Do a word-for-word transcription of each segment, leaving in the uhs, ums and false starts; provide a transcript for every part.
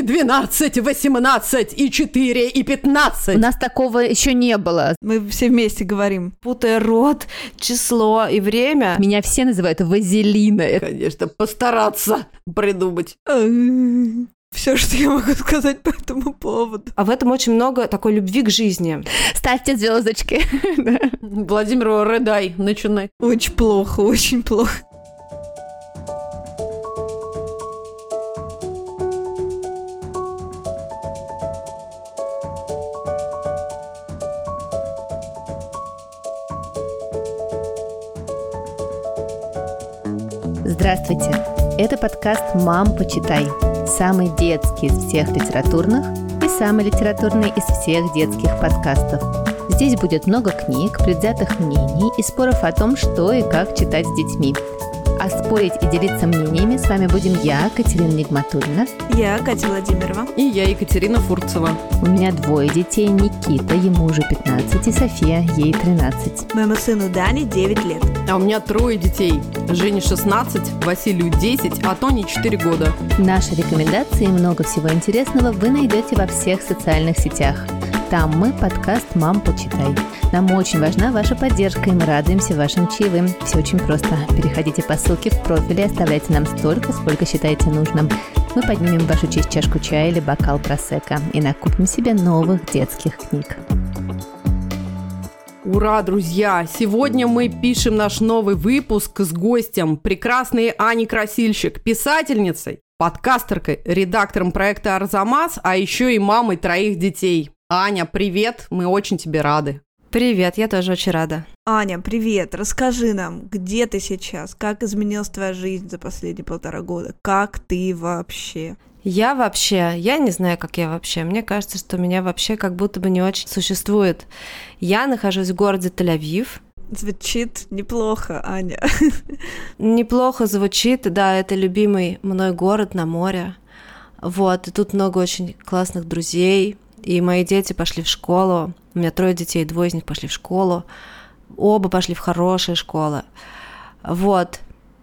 двенадцать, восемнадцать, и четыре, и пятнадцать. У нас такого еще не было. Мы все вместе говорим, путая род, число и время. Меня все называют Вазелиной. Конечно, постараться придумать. Все, что я могу сказать по этому поводу. А в этом очень много такой любви к жизни. Ставьте звездочки. Владимир, рыдай, начинай. Очень плохо, очень плохо. Здравствуйте. Это подкаст «Мам, почитай». Самый детский из всех литературных и самый литературный из всех детских подкастов. Здесь будет много книг, предвзятых мнений и споров о том, что и как читать с детьми. А спорить и делиться мнениями с вами будем я, Катерина Нигматульна. Я, Катя Владимирова. И я, Екатерина Фурцева. У меня двое детей, Никита, ему уже пятнадцать, и София, ей тринадцать. Моему сыну Дане девять лет. А у меня трое детей. Жене шестнадцать, Василию десять, а Тоне четыре года. Наши рекомендации и много всего интересного вы найдете во всех социальных сетях. Там мы подкаст «Мам, почитай». Нам очень важна ваша поддержка, и мы радуемся вашим чаевым. Все очень просто. Переходите по ссылке в профиле и оставляйте нам столько, сколько считаете нужным. Мы поднимем в вашу честь чашку чая или бокал просекко и накупим себе новых детских книг. Ура, друзья! Сегодня мы пишем наш новый выпуск с гостем, прекрасной Аней Красильщик, писательницей, подкастеркой, редактором проекта «Арзамас», а еще и мамой троих детей. Аня, привет, мы очень тебе рады. Привет, я тоже очень рада. Аня, привет, расскажи нам, где ты сейчас, как изменилась твоя жизнь за последние полтора года, как ты вообще? Я вообще, я не знаю, как я вообще, мне кажется, что меня вообще как будто бы не очень существует. Я нахожусь в городе Тель-Авив. Звучит неплохо, Аня. Неплохо звучит, да, это любимый мной город на море. Вот, и тут много очень классных друзей. И мои дети пошли в школу. У меня трое детей, двое из них пошли в школу. Оба пошли в хорошие школы. Вот.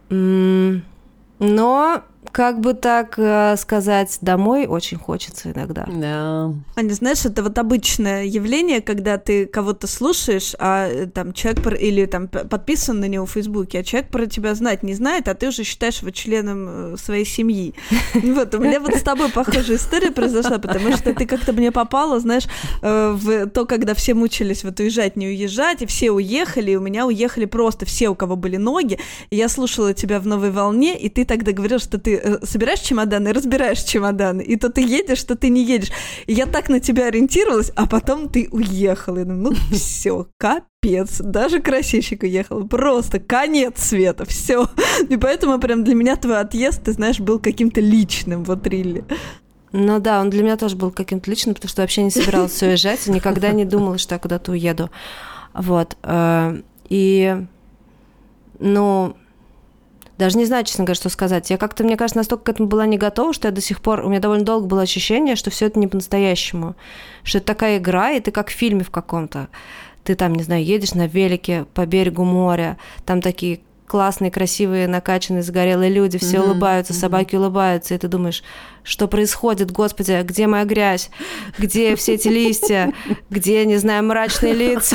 Но, как бы так сказать, домой очень хочется иногда. Да. Аня, знаешь, это вот обычное явление, когда ты кого-то слушаешь, а там человек про... или там подписан на него в Фейсбуке, а человек про тебя знать не знает, а ты уже считаешь его членом своей семьи. Вот, у меня вот с тобой похожая история произошла, потому что ты как-то мне попала, знаешь, в то, когда все мучились вот уезжать, не уезжать, и все уехали, и у меня уехали просто все, у кого были ноги, и я слушала тебя в «Новой волне», и ты тогда говорил, что ты собираешь чемоданы и разбираешь чемоданы, и то ты едешь, то ты не едешь. И я так на тебя ориентировалась, а потом ты уехала. И думаю, ну все, капец, даже красильщик уехал, просто конец света, все. И поэтому прям для меня твой отъезд, ты знаешь, был каким-то личным, вот Рилли. Ну да, он для меня тоже был каким-то личным, потому что вообще не собиралась уезжать, и никогда не думала, что я куда-то уеду. Вот. И, ну... Даже не знаю, честно говоря, что сказать. Я как-то, мне кажется, настолько к этому была не готова, что я до сих пор... У меня довольно долго было ощущение, что все это не по-настоящему. Что это такая игра, и ты как в фильме в каком-то. Ты там, не знаю, едешь на велике по берегу моря, там такие классные, красивые, накачанные, загорелые люди, все mm-hmm. улыбаются, собаки mm-hmm. улыбаются, и ты думаешь, что происходит, Господи, где моя грязь, где все эти листья, где, не знаю, мрачные лица.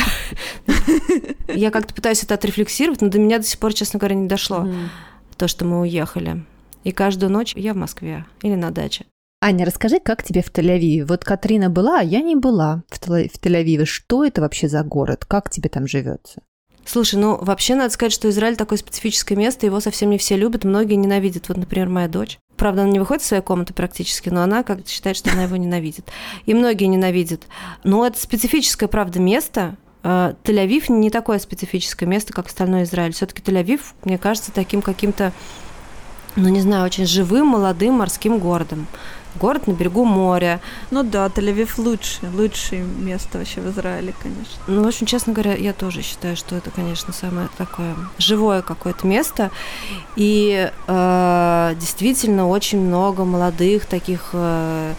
Я как-то пытаюсь это отрефлексировать, но до меня до сих пор, честно говоря, не дошло, mm-hmm. то, что мы уехали. И каждую ночь я в Москве или на даче. Аня, расскажи, как тебе в Тель-Авиве? Вот Катрина была, а я не была в Тель-Авиве. Что это вообще за город? Как тебе там живется? Слушай, ну вообще надо сказать, что Израиль такое специфическое место, его совсем не все любят, многие ненавидят. Вот, например, моя дочь. Правда, она не выходит из своей комнаты практически, но она как-то считает, что она его ненавидит. И многие ненавидят. Но это специфическое, правда, место. Тель-Авив не такое специфическое место, как остальной Израиль. Все-таки Тель-Авив, мне кажется, таким каким-то, ну не знаю, очень живым, молодым морским городом. Город на берегу моря. Ну да, Тель-Авив лучшее, лучшее место вообще в Израиле, конечно. Ну, в общем, честно говоря, я тоже считаю, что это, конечно, самое такое живое какое-то место. И э, действительно очень много молодых таких э,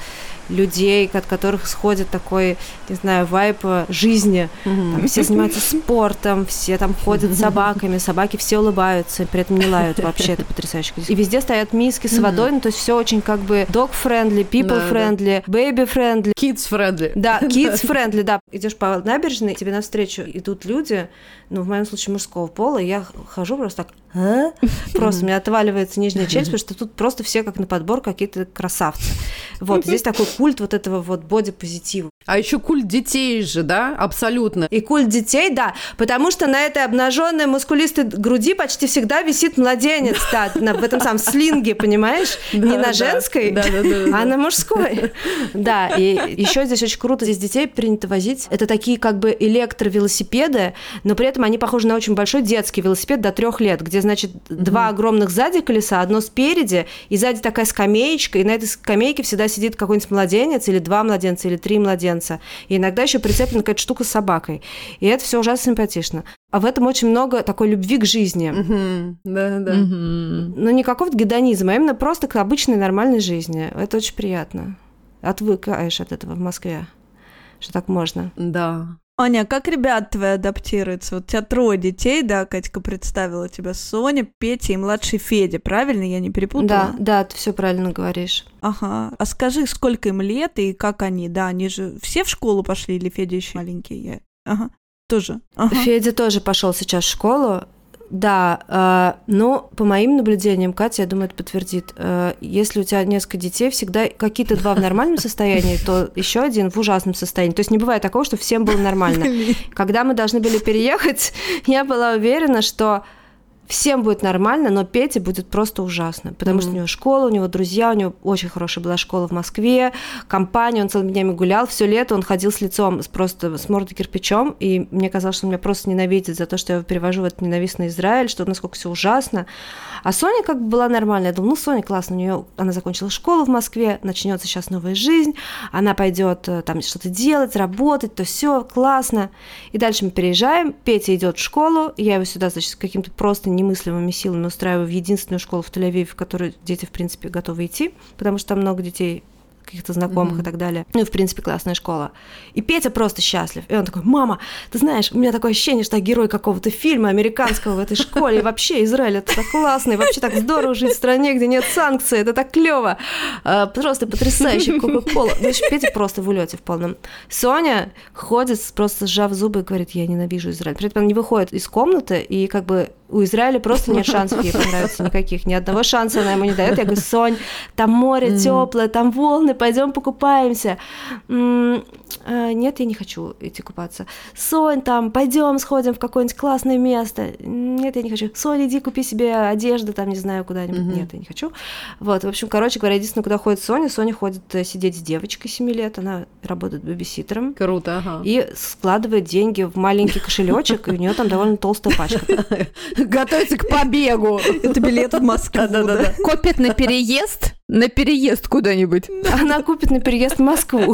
людей, от которых сходит такой, не знаю, вайб жизни. Mm-hmm. Там все занимаются спортом, все там ходят с собаками, собаки все улыбаются, при этом не лают вообще, это потрясающе. И везде стоят миски с водой, mm-hmm. ну, то есть все очень как бы dog-friendly, people-friendly, baby-friendly. Kids-friendly. Да, kids-friendly, да. Идешь по набережной, тебе навстречу идут люди, ну, в моем случае мужского пола, и я хожу просто так, а? Просто у меня отваливается нижняя челюсть, потому что тут просто все как на подбор какие-то красавцы. Вот, здесь такой культ вот этого вот боди-позитива. А еще культ детей же, да? Абсолютно. И культ детей, да, потому что на этой обнаженной мускулистой груди почти всегда висит младенец, да, на, в этом самом слинге, понимаешь? Да, не на да. женской, да, да, да, да. а на мужской. Да, и еще здесь очень круто, здесь детей принято возить. Это такие как бы электровелосипеды, но при этом они похожи на очень большой детский велосипед до трех лет, где, значит, mm-hmm. два огромных сзади колеса, одно спереди, и сзади такая скамеечка, и на этой скамейке всегда сидит какой-нибудь младенец, или два младенца, или три младенца. И иногда еще прицеплена какая-то штука с собакой. И это все ужасно симпатично. А в этом очень много такой любви к жизни. Mm-hmm. Да, да. Mm-hmm. Но не какого-то гедонизма, а именно просто к обычной нормальной жизни. Это очень приятно. Отвыкаешь от этого в Москве, что так можно. Да. Аня, как ребята твои адаптируются? Вот у тебя трое детей, да, Катька представила тебя: Соня, Петя и младший Федя, правильно? Я не перепутала? Да, да, ты все правильно говоришь. Ага. А скажи, сколько им лет и как они? Да, они же все в школу пошли или Федя еще маленький? Я... Ага. Тоже. Ага. Федя тоже пошел сейчас в школу. Да, э, но по моим наблюдениям, Катя, я думаю, это подтвердит, э, если у тебя несколько детей, всегда какие-то два в нормальном состоянии, то еще один в ужасном состоянии. То есть не бывает такого, что всем было нормально. Когда мы должны были переехать, я была уверена, что всем будет нормально, но Пете будет просто ужасно, потому mm-hmm. что у него школа, у него друзья, у него очень хорошая была школа в Москве, компания, он целыми днями гулял, все лето он ходил с лицом, просто с мордой кирпичом, и мне казалось, что он меня просто ненавидит за то, что я его перевожу в этот ненавистный Израиль, что насколько все ужасно. А Соня как бы была нормальная. Я думала, ну, Соня классно, у нее она закончила школу в Москве, начнется сейчас новая жизнь, она пойдет там что-то делать, работать, то все классно. И дальше мы переезжаем, Петя идет в школу, я его сюда, значит, с каким-то просто немыслимыми силами устраиваю в единственную школу в Тель-Авиве, в которую дети, в принципе, готовы идти, потому что там много детей, каких-то знакомых mm-hmm. и так далее. Ну и, в принципе, классная школа. И Петя просто счастлив. И он такой: мама, ты знаешь, у меня такое ощущение, что я герой какого-то фильма американского в этой школе. И вообще Израиль — это так классно. И вообще так здорово жить в стране, где нет санкций. Это так клево. Просто потрясающе. Кока-кола. В общем, Петя просто в улете в полном. Соня ходит, просто сжав зубы, и говорит: я ненавижу Израиль. При этом она не выходит из комнаты, и как бы у Израиля просто нет шансов ей понравиться никаких. Ни одного шанса она ему не дает. Я говорю: Сонь, там море теплое, там волны, пойдем покупаемся. М-м, э, нет, я не хочу идти купаться. Сонь, там, пойдем сходим в какое-нибудь классное место. Нет, я не хочу. Сонь, иди купи себе одежду, там, не знаю, куда-нибудь. Mm-hmm. Нет, я не хочу. Вот, в общем, короче говоря, единственное, куда ходит Соня, Соня ходит сидеть с девочкой семи лет, она работает бэбиситером. Круто, ага. И складывает деньги в маленький кошелечек, и у нее там довольно толстая пачка. Готовится к побегу. Это билет в Москву. Да-да-да. Копит на переезд? На переезд куда-нибудь. Она купит на переезд в Москву.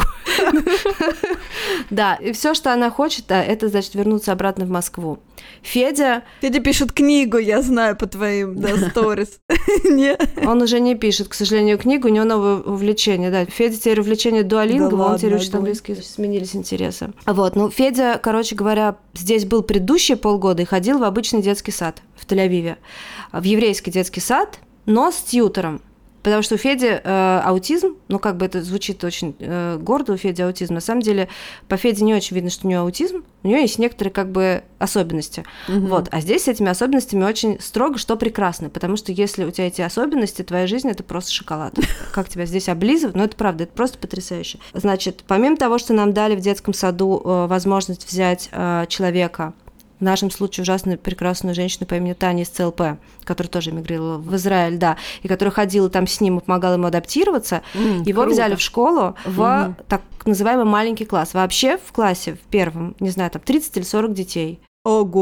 Да, и все, что она хочет, это, значит, вернуться обратно в Москву. Федя... Федя пишет книгу, я знаю, по твоим, да, сторис. Он уже не пишет, к сожалению, книгу, у него новое увлечение, да. Федя теперь увлечение дуалинга, он теперь учит английский, сменились интересы. Вот, ну, Федя, короче говоря, здесь был предыдущие полгода и ходил в обычный детский сад в Тель-Авиве, в еврейский детский сад, но с тьютором. Потому что у Феди э, аутизм, ну, как бы это звучит очень э, гордо, у Феди аутизм. На самом деле, по Феде не очень видно, что у нее аутизм, у нее есть некоторые, как бы, особенности. Угу. Вот. А здесь с этими особенностями очень строго, что прекрасно, потому что если у тебя эти особенности, твоя жизнь — это просто шоколад. Как тебя здесь облизывают, ну, это правда, это просто потрясающе. Значит, помимо того, что нам дали в детском саду э, возможность взять э, человека, в нашем случае ужасно прекрасную женщину по имени Таня из Цэ Эл Пэ, которая тоже эмигрировала в Израиль, да, и которая ходила там с ним и помогала ему адаптироваться. Mm, Его круто. Взяли в школу в mm-hmm. так называемый маленький класс. Вообще в классе, в первом, не знаю, там тридцать или сорок детей. Ого!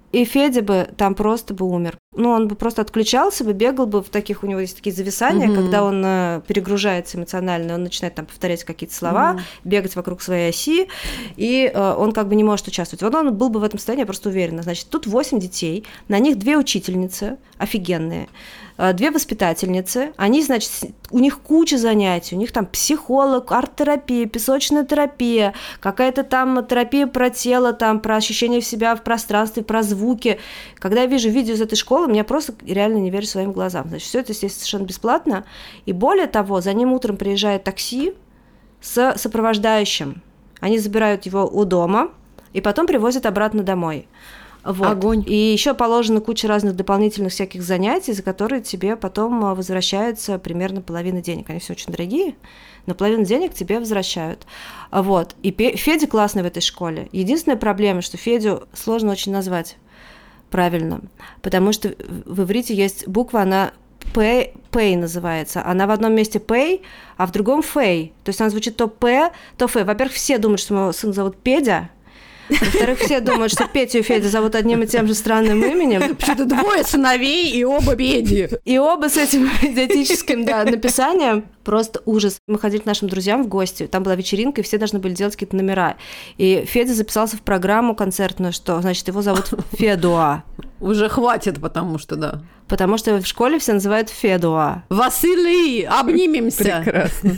И Федя бы там просто бы умер. Ну, он бы просто отключался бы, бегал бы в таких, у него есть такие зависания, mm-hmm. когда он э, перегружается эмоционально, он начинает там повторять какие-то слова, mm-hmm. бегать вокруг своей оси, и э, он как бы не может участвовать. Вот он был бы в этом состоянии, я просто уверена. Значит, тут восемь детей, на них две учительницы офигенные, две воспитательницы, они, значит, у них куча занятий, у них там психолог, арт-терапия, песочная терапия, какая-то там терапия про тело, там, про ощущение себя в пространстве, про звуки. Когда я вижу видео из этой школы, мне просто реально не верю своим глазам. Значит, все это, естественно, совершенно бесплатно, и более того, за ним утром приезжает такси с сопровождающим. Они забирают его у дома и потом привозят обратно домой. Вот. Огонь. И еще положена куча разных дополнительных всяких занятий, за которые тебе потом возвращается примерно половина денег. Они все очень дорогие, но половину денег тебе возвращают. Вот. И Федя классный в этой школе. Единственная проблема, что Федю сложно очень назвать правильно, потому что в иврите есть буква, она П, Пэй называется. Она в одном месте Пэй, а в другом Фэй. То есть она звучит то П, то Фэй. Во-первых, все думают, что моего сына зовут Петя. Во-вторых, все думают, что Петю и Федю зовут одним и тем же странным именем. Почему-то двое сыновей и оба Педи. И оба с этим идиотическим, да, написанием. Просто ужас. Мы ходили к нашим друзьям в гости, там была вечеринка, и все должны были делать какие-то номера. И Федя записался в программу концертную, что, значит, его зовут Федуа. Уже хватит, потому что, да. Потому что в школе все называют Федуа. Василий, обнимемся. Прекрасно.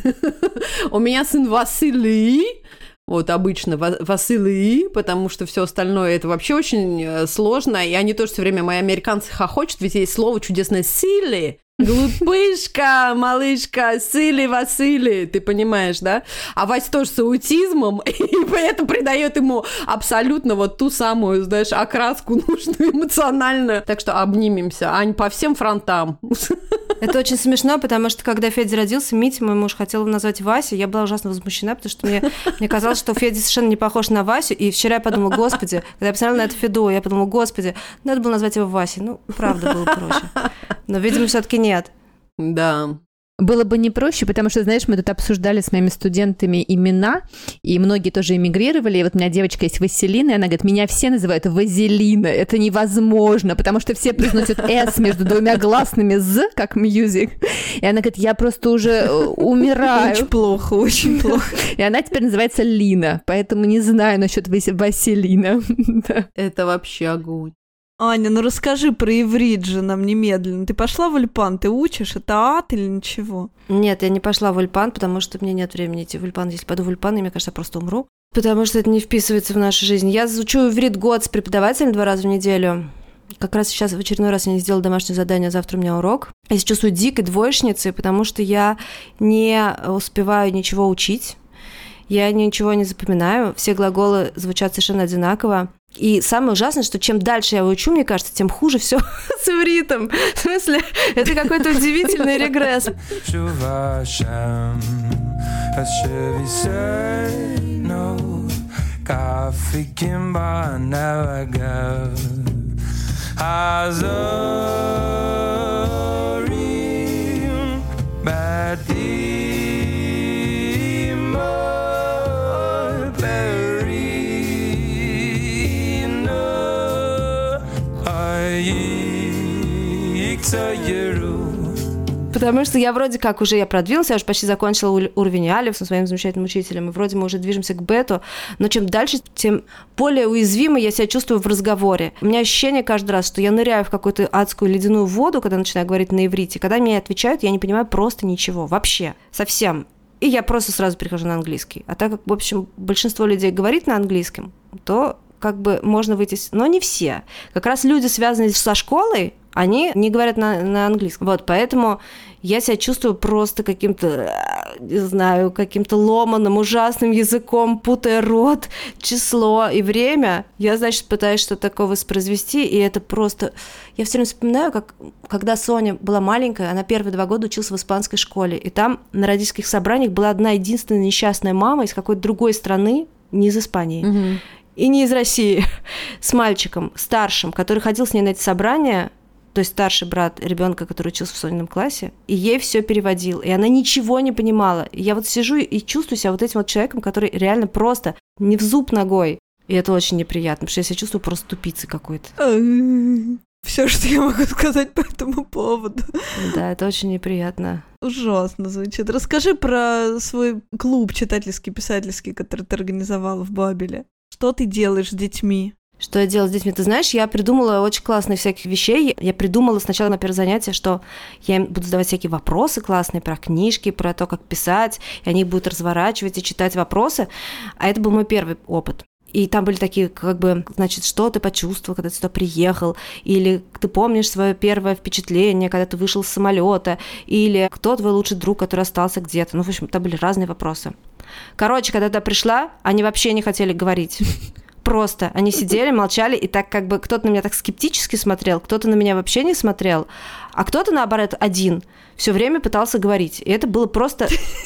У меня сын Василий. Вот обычно Василий, потому что все остальное это вообще очень сложно. И они тоже все время, мои американцы хохочут, ведь есть слово чудесное «сили». Глупышка, малышка, Сили, Василий, ты понимаешь, да? А Вася тоже с аутизмом, и поэтому придает ему абсолютно вот ту самую, знаешь, окраску нужную, эмоциональную. Так что обнимемся, Ань, по всем фронтам. Это очень смешно, потому что когда Федя родился, Митя, мой муж, хотел его назвать Вася, я была ужасно возмущена, потому что мне, мне казалось, что Федя совершенно не похож на Васю, и вчера я подумала, господи, когда я посмотрела на эту Феду, я подумала, господи, надо было назвать его Васей, ну, правда, было проще. Но, видимо, все-таки нет. Да. Было бы не проще, потому что, знаешь, мы тут обсуждали с моими студентами имена, и многие тоже эмигрировали, и вот у меня девочка есть Василина, и она говорит, меня все называют Вазелина, это невозможно, потому что все произносят «с» между двумя гласными «з», как «music», и она говорит, я просто уже умираю. Очень плохо, очень плохо. И она теперь называется Лина, поэтому не знаю насчет Василина. Это вообще огонь. Аня, ну расскажи про иврит же нам немедленно. Ты пошла в Ульпан, ты учишь? Это ад или ничего? Нет, я не пошла в Ульпан, потому что мне нет времени идти в Ульпан. Если пойду в Ульпан, я, мне кажется, я просто умру. Потому что это не вписывается в нашу жизнь. Я учу иврит год с преподавателем два раза в неделю. Как раз сейчас в очередной раз я не сделала домашнее задание, завтра у меня урок. Я сейчас чувствую дикой двоечницей, потому что я не успеваю ничего учить. Я ничего не запоминаю. Все глаголы звучат совершенно одинаково. И самое ужасное, что чем дальше я учу, мне кажется, тем хуже все с ивритом. В смысле, это какой-то удивительный регресс. Потому что я вроде как уже я продвинулась, я уже почти закончила уровень Алиф со своим замечательным учителем, и вроде мы уже движемся к бету, но чем дальше, тем более уязвимой я себя чувствую в разговоре. У меня ощущение каждый раз, что я ныряю в какую-то адскую ледяную воду, когда начинаю говорить на иврите. Когда мне отвечают, я не понимаю просто ничего, вообще, совсем. И я просто сразу перехожу на английский. А так как, в общем, большинство людей говорит на английском, то как бы можно выйти... Но не все. Как раз люди, связанные со школой, они не говорят на, на английском. Вот, поэтому я себя чувствую просто каким-то, не знаю, каким-то ломаным, ужасным языком, путая род, число и время. Я, значит, пытаюсь что-то такое воспроизвести, и это просто... Я все время вспоминаю, как когда Соня была маленькая, она первые два года училась в испанской школе, и там на родительских собраниях была одна единственная несчастная мама из какой-то другой страны, не из Испании, mm-hmm. и не из России, с мальчиком старшим, который ходил с ней на эти собрания, то есть старший брат ребенка, который учился в Сонином классе, и ей все переводил, и она ничего не понимала. И я вот сижу и чувствую себя вот этим вот человеком, который реально просто не в зуб ногой. И это очень неприятно, потому что я себя чувствую просто тупицей какой-то. Все, что я могу сказать по этому поводу. Да, это очень неприятно. Ужасно звучит. Расскажи про свой клуб читательский, писательский, который ты организовала в Бабеле. Что ты делаешь с детьми? Что я делала с детьми? Ты знаешь, я придумала очень классные всяких вещей. Я придумала сначала на первое занятие, что я им буду задавать всякие вопросы классные про книжки, про то, как писать, и они будут разворачивать и читать вопросы. А это был мой первый опыт. И там были такие, как бы, значит, что ты почувствовал, когда ты сюда приехал, или ты помнишь свое первое впечатление, когда ты вышел с самолета, или кто твой лучший друг, который остался где-то. Ну, в общем, там были разные вопросы. Короче, когда я пришла, они вообще не хотели говорить. Просто они сидели, молчали, и так как бы кто-то на меня так скептически смотрел, кто-то на меня вообще не смотрел, а кто-то, наоборот, один все время пытался говорить. И это было просто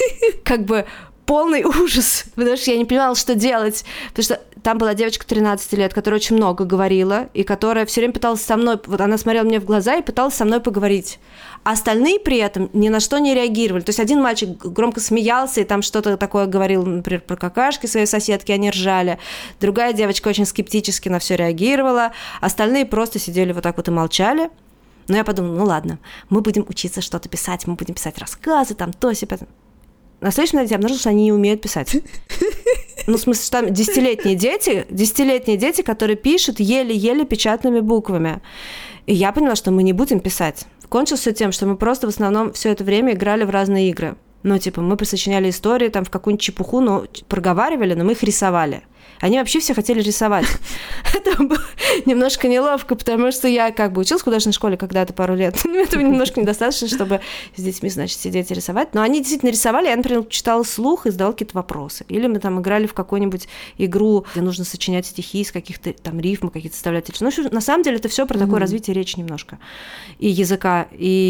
как бы полный ужас, потому что я не понимала, что делать. Потому что там была девочка тринадцати лет, которая очень много говорила, и которая все время пыталась со мной, вот она смотрела мне в глаза и пыталась со мной поговорить. А остальные при этом ни на что не реагировали. То есть один мальчик громко смеялся и там что-то такое говорил, например, про какашки своей соседки, они ржали. Другая девочка очень скептически на все реагировала. Остальные просто сидели вот так вот и молчали. Но я подумала, ну ладно, мы будем учиться что-то писать, мы будем писать рассказы, там, то, сё, потом. На следующем занятии я обнаружила, что они не умеют писать. Ну, в смысле, что там десятилетние дети, десятилетние дети, которые пишут еле-еле печатными буквами. И я поняла, что мы не будем писать. Кончилось все тем, что мы просто в основном все это время играли в разные игры. Ну, типа, мы присочиняли истории там в какую-нибудь чепуху, но проговаривали, но мы их рисовали. Они вообще все хотели рисовать. Это было немножко неловко, потому что я как бы училась в художественной школе когда-то пару лет. Но этого немножко недостаточно, чтобы с детьми, значит, сидеть и рисовать. Но они действительно рисовали. Я, например, читала вслух и задавала какие-то вопросы. Или мы там играли в какую-нибудь игру, где нужно сочинять стихи из каких-то там рифм, какие-то вставлять. Ну, на самом деле это все про такое развитие речи немножко. И языка,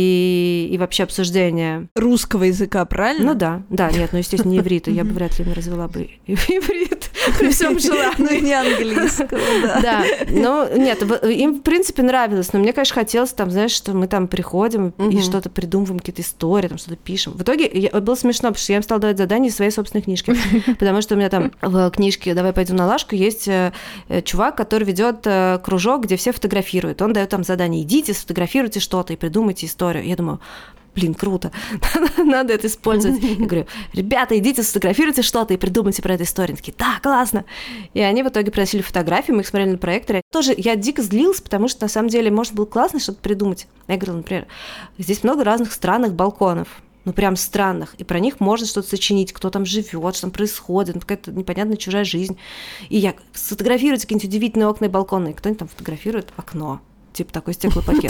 и, и вообще обсуждения. Русского языка, правильно? Ну да, да, нет, ну, естественно, не иврита. Я бы вряд ли не развела бы иврит при всем желании. Ну, не английского, да. Да, ну, нет, им, в принципе, нравилось, но мне, конечно, хотелось, там, знаешь, что мы там приходим и что-то придумываем, какие-то истории, там, что-то пишем. В итоге было смешно, потому что я им стала давать задания из своей собственной книжки, потому что у меня там в книжке «Давай пойдем на Лашку» есть чувак, который ведет кружок, где все фотографируют. Он дает там задание: идите, сфотографируйте что-то и придумайте историю. Я думаю, блин, круто, надо это использовать. Я говорю, ребята, идите, сфотографируйте что-то и придумайте про эту историю. Они такие, да, классно. И они в итоге приносили фотографии, мы их смотрели на проекторе. Тоже я дико злилась, потому что на самом деле можно было классно что-то придумать. Я говорила, например, здесь много разных странных балконов, ну прям странных, и про них можно что-то сочинить, кто там живет, что там происходит, ну, какая-то непонятная чужая жизнь. И я сфотографируйте какие-нибудь удивительные окна и балконы, и кто-нибудь там фотографирует окно. Типа такой стеклопакет.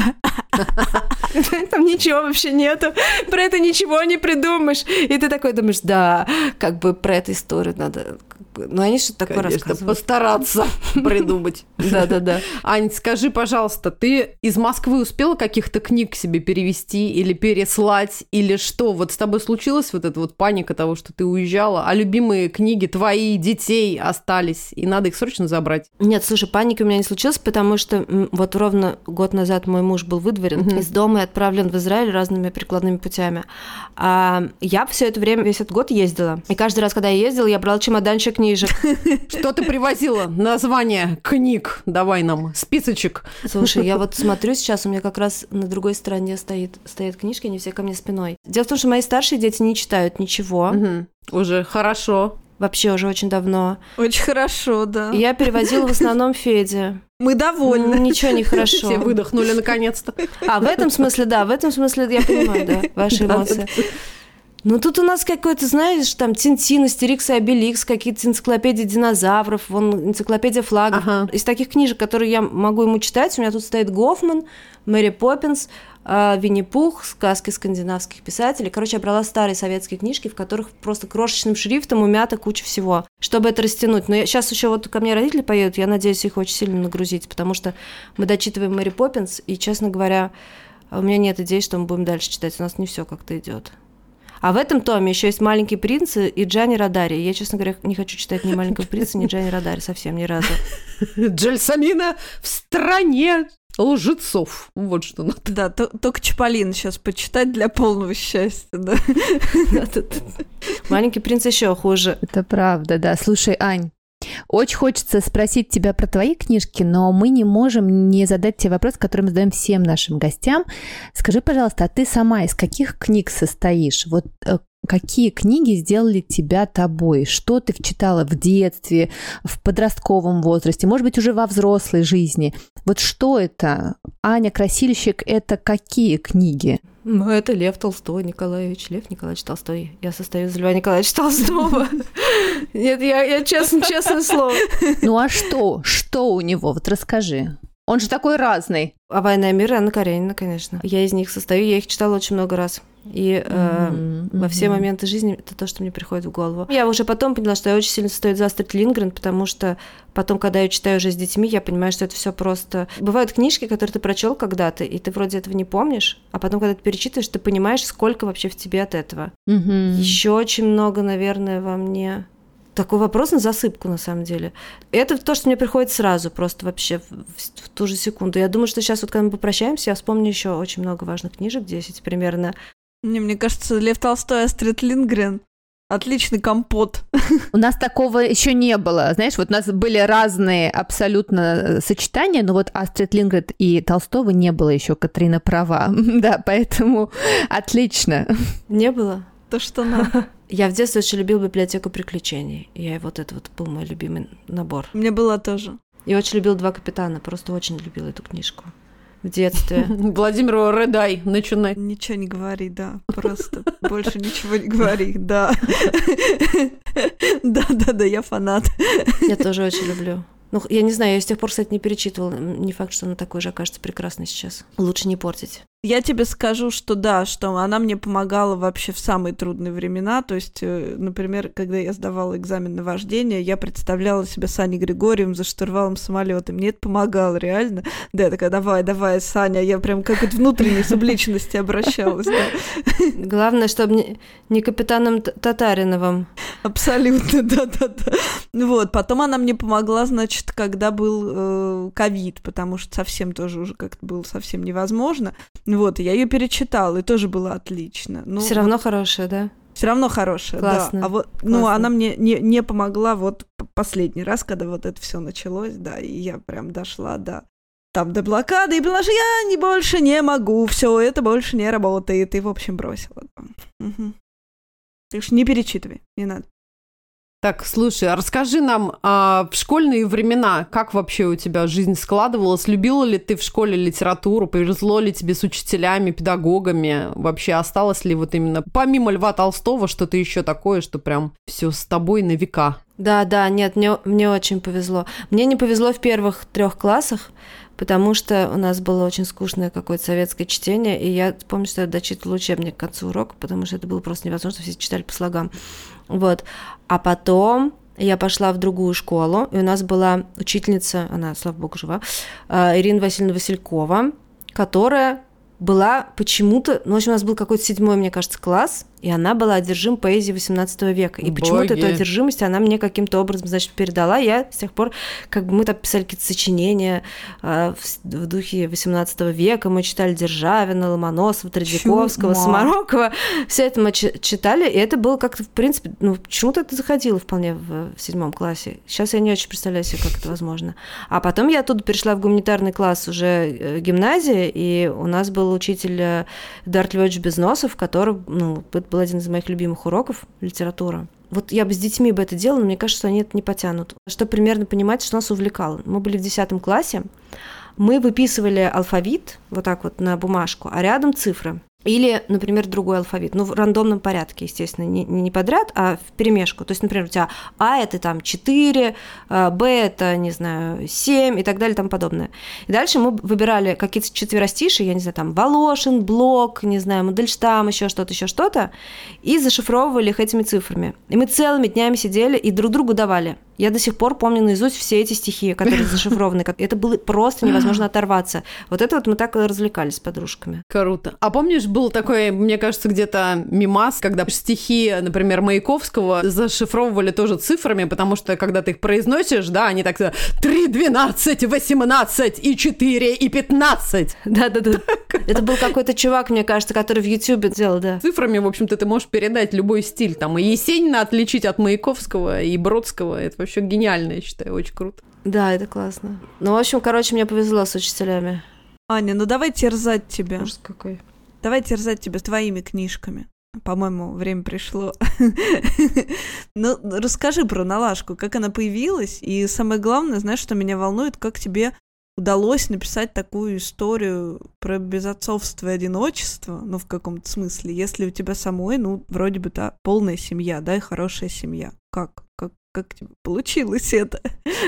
Там ничего вообще нету, про это ничего не придумаешь. И ты такой думаешь, да, как бы про эту историю надо... Ну, они что-то такое рассказывают. Постараться придумать. Да-да-да. Ань, скажи, пожалуйста, ты из Москвы успела каких-то книг себе перевести или переслать, или что? Вот с тобой случилась вот эта вот паника того, что ты уезжала, а любимые книги твои, детей остались, и надо их срочно забрать? Нет, слушай, паники у меня не случилось, потому что вот ровно год назад мой муж был выдворен mm-hmm. из дома и отправлен в Израиль разными прикладными путями. А я все это время, весь этот год ездила. И каждый раз, когда я ездила, я брала чемоданчик книжек. Что ты привозила? Название книг. Давай нам списочек. Слушай, я вот смотрю сейчас, у меня как раз на другой стороне стоит, стоят книжки, они все ко мне спиной. Дело в том, что мои старшие дети не читают ничего. Угу. Уже хорошо. Вообще уже очень давно. Очень хорошо, да. И я перевозила в основном Феде. Мы довольны. Ничего не хорошо. Все выдохнули наконец-то. А, в этом смысле, да, в этом смысле я понимаю, да, ваши эмоции. Ну, тут у нас какой-то, знаешь, там Тинтин, Астерикс и Обеликс, какие-то энциклопедии динозавров, вон энциклопедия флагов. Ага. Из таких книжек, которые я могу ему читать, у меня тут стоит Гофман, Мэри Поппинс, Винни-Пух, сказки скандинавских писателей. Короче, я брала старые советские книжки, в которых просто крошечным шрифтом умята куча всего, чтобы это растянуть. Но я, сейчас еще вот ко мне родители поедут, я надеюсь их очень сильно нагрузить, потому что мы дочитываем Мэри Поппинс, и, честно говоря, у меня нет идей, что мы будем дальше читать. У нас не все как-то идет. А в этом томе еще есть «Маленький принц» и Джани Родари. Я, честно говоря, не хочу читать ни «Маленького принца», ни Джани Родари совсем ни разу. Джельсамина в стране лжецов. Вот что надо. Да, то, только Чаполин сейчас почитать для полного счастья, да. «Маленький принц» еще хуже. Это правда, да. Слушай, Ань, Очень хочется спросить тебя про твои книжки, но мы не можем не задать тебе вопрос, который мы задаем всем нашим гостям. Скажи, пожалуйста, а ты сама из каких книг состоишь? Вот какие книги сделали тебя тобой? Что ты читала в детстве, в подростковом возрасте, может быть, уже во взрослой жизни? Вот что это? Аня Красильщик – это какие книги? Ну, это Лев Толстой, Николаевич, Лев Николаевич Толстой. Я состою из Льва Николаевича Толстого. Нет, я, я честно, честное слово. Ну а что? Что у него? Вот расскажи. Он же такой разный. А «Война и мир» Анна Каренина, конечно. Я из них состою, я их читала очень много раз. И э, mm-hmm. во все моменты жизни это то, что мне приходит в голову. Я уже потом поняла, что я очень сильно стою за Астрид Линдгрен, потому что потом, когда я читаю уже с детьми, я понимаю, что это все просто... Бывают книжки, которые ты прочел когда-то, и ты вроде этого не помнишь, а потом, когда ты перечитываешь, ты понимаешь, сколько вообще в тебе от этого. Mm-hmm. Еще очень много, наверное, во мне... Такой вопрос на засыпку, на самом деле. Это то, что мне приходит сразу, просто вообще в, в, в ту же секунду. Я думаю, что сейчас, вот когда мы попрощаемся, я вспомню еще очень много важных книжек, десять примерно. Не, мне кажется, Лев Толстой, Астрид Линдгрен — отличный компот. У нас такого еще не было. Знаешь, вот у нас были разные абсолютно сочетания, но вот Астрид Линдгрен и Толстого не было еще, Катрина права. Да, поэтому отлично. Не было? То, что надо. Я в детстве очень любила «Библиотеку приключений». Я вот это вот был мой любимый набор. Мне было тоже. И очень любила «Два капитана», просто очень любила эту книжку в детстве. Владимир, рыдай, начинай. Ничего не говори, да, просто больше ничего не говори, да. Да-да-да, я фанат. Я тоже очень люблю. Ну, я не знаю, я с тех пор, кстати, не перечитывала. Не факт, что она такой же окажется прекрасной сейчас. Лучше не портить. Я тебе скажу, что да, что она мне помогала вообще в самые трудные времена. То есть, например, когда я сдавала экзамен на вождение, я представляла себя Саней Григорьевым за штурвалом самолета. Мне это помогало реально. Да, я такая, давай, давай, Саня. Я прям как от внутренней субличности обращалась. Да. Главное, чтобы не, не капитаном Татариновым. Абсолютно, да-да-да. Вот, потом она мне помогла, значит, когда был ковид, э, потому что совсем тоже уже как-то было совсем невозможно. Вот, я ее перечитала, и тоже было отлично. Ну, все равно хорошая, да? Все равно хорошая, классно, да. А вот, классно. Ну, она мне не, не помогла вот последний раз, когда вот это все началось, да, и я прям дошла до там до блокады, и поняла, что я не больше не могу, все это больше не работает, и, в общем, бросила. Угу. Так что не перечитывай, не надо. Так, слушай, а расскажи нам, а в школьные времена, как вообще у тебя жизнь складывалась? Любила ли ты в школе литературу? Повезло ли тебе с учителями, педагогами? Вообще осталось ли вот именно, помимо Льва Толстого, что-то еще такое, что прям все с тобой на века? Да, да, нет, мне, мне очень повезло. Мне не повезло в первых трех классах, потому что у нас было очень скучное какое-то советское чтение, и я помню, что я дочитывала учебник к концу урока, потому что это было просто невозможно, все читали по слогам. Вот. А потом я пошла в другую школу, и у нас была учительница, она, слава богу, жива, Ирина Васильевна Василькова, которая была почему-то, ну, в общем, у нас был какой-то седьмой, мне кажется, класс, и она была одержима поэзией восемнадцатого века. И почему-то эту одержимость она мне каким-то образом, значит, передала. Я с тех пор, как бы мы там писали какие-то сочинения э, в, в духе восемнадцатого века, мы читали Державина, Ломоносова, Тредяковского, Чума. Самарокова. Все это мы ч- читали, и это было как-то, в принципе, ну, почему-то это заходило вполне в, в седьмом классе. Сейчас я не очень представляю себе, как это возможно. А потом я оттуда перешла в гуманитарный класс уже э, гимназии, и у нас был учитель э, Эдуард Львович Безносов, который, ну, был один из моих любимых уроков литература. Вот я бы с детьми бы это делала, но мне кажется, что они это не потянут. Чтобы примерно понимать, что нас увлекало. Мы были в десятом классе, мы выписывали алфавит вот так вот на бумажку, а рядом цифры. Или, например, другой алфавит. Ну, в рандомном порядке, естественно, не, не подряд, а вперемешку. То есть, например, у тебя А – это там четыре, Б – это, не знаю, семь и так далее и тому подобное. И дальше мы выбирали какие-то четверостишие, я не знаю, там, Волошин, Блок, не знаю, Мандельштам, еще что-то, еще что-то, и зашифровывали их этими цифрами. И мы целыми днями сидели и друг другу давали. Я до сих пор помню наизусть все эти стихи, которые зашифрованы. Это было просто невозможно оторваться. Вот это вот мы так и развлекались с подружками. Круто. А помнишь, был такой, мне кажется, где-то мемас, когда стихи, например, Маяковского зашифровывали тоже цифрами, потому что, когда ты их произносишь, да, они так три, двенадцать, восемнадцать, и четыре, и пятнадцать. Да-да-да. Это был какой-то чувак, мне кажется, который в Ютьюбе делал, да. Цифрами, в общем-то, ты можешь передать любой стиль. Там и Есенина отличить от Маяковского, и Бродского. Это вообще гениально, я считаю, очень круто. Да, это классно. Ну, в общем, короче, мне повезло с учителями. Аня, ну давай терзать тебя. Ужас какой. Давай терзать тебя твоими книжками. По-моему, время пришло. Ну, расскажи про Налашку, как она появилась, и самое главное, знаешь, что меня волнует, как тебе удалось написать такую историю про безотцовство и одиночество, ну, в каком-то смысле, если у тебя самой, ну, вроде бы, да, полная семья, да, и хорошая семья. Как? Как, как тебе получилось это?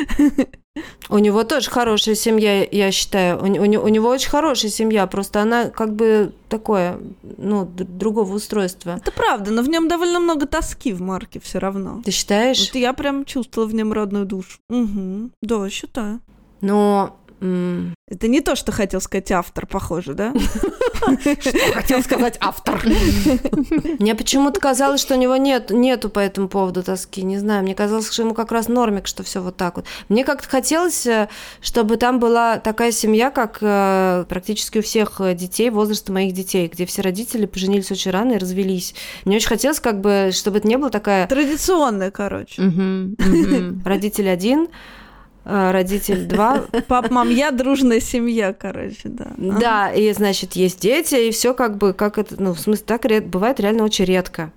У него тоже хорошая семья, я считаю. У, у, у него очень хорошая семья, просто она как бы такое, ну, другого устройства. Это правда, но в нем довольно много тоски в Марке все равно. Ты считаешь? Вот я прям чувствовала в нем родную душу. Угу. Да, считаю. Но... М- Это не то, что хотел сказать автор, похоже, да? Что хотел сказать автор? Мне почему-то казалось, что у него нет, нету по этому поводу тоски, не знаю. Мне казалось, что ему как раз нормик, что все вот так вот. Мне как-то хотелось, чтобы там была такая семья, как практически у всех детей возраста моих детей, где все родители поженились очень рано и развелись. Мне очень хотелось, как бы, чтобы это не было такая... Традиционная, короче. Родитель один, родитель два. Пап, мам, я дружная семья, короче, да. Да, ага. И, значит, есть дети, и все как бы, как это, ну, в смысле, так бывает реально очень редко.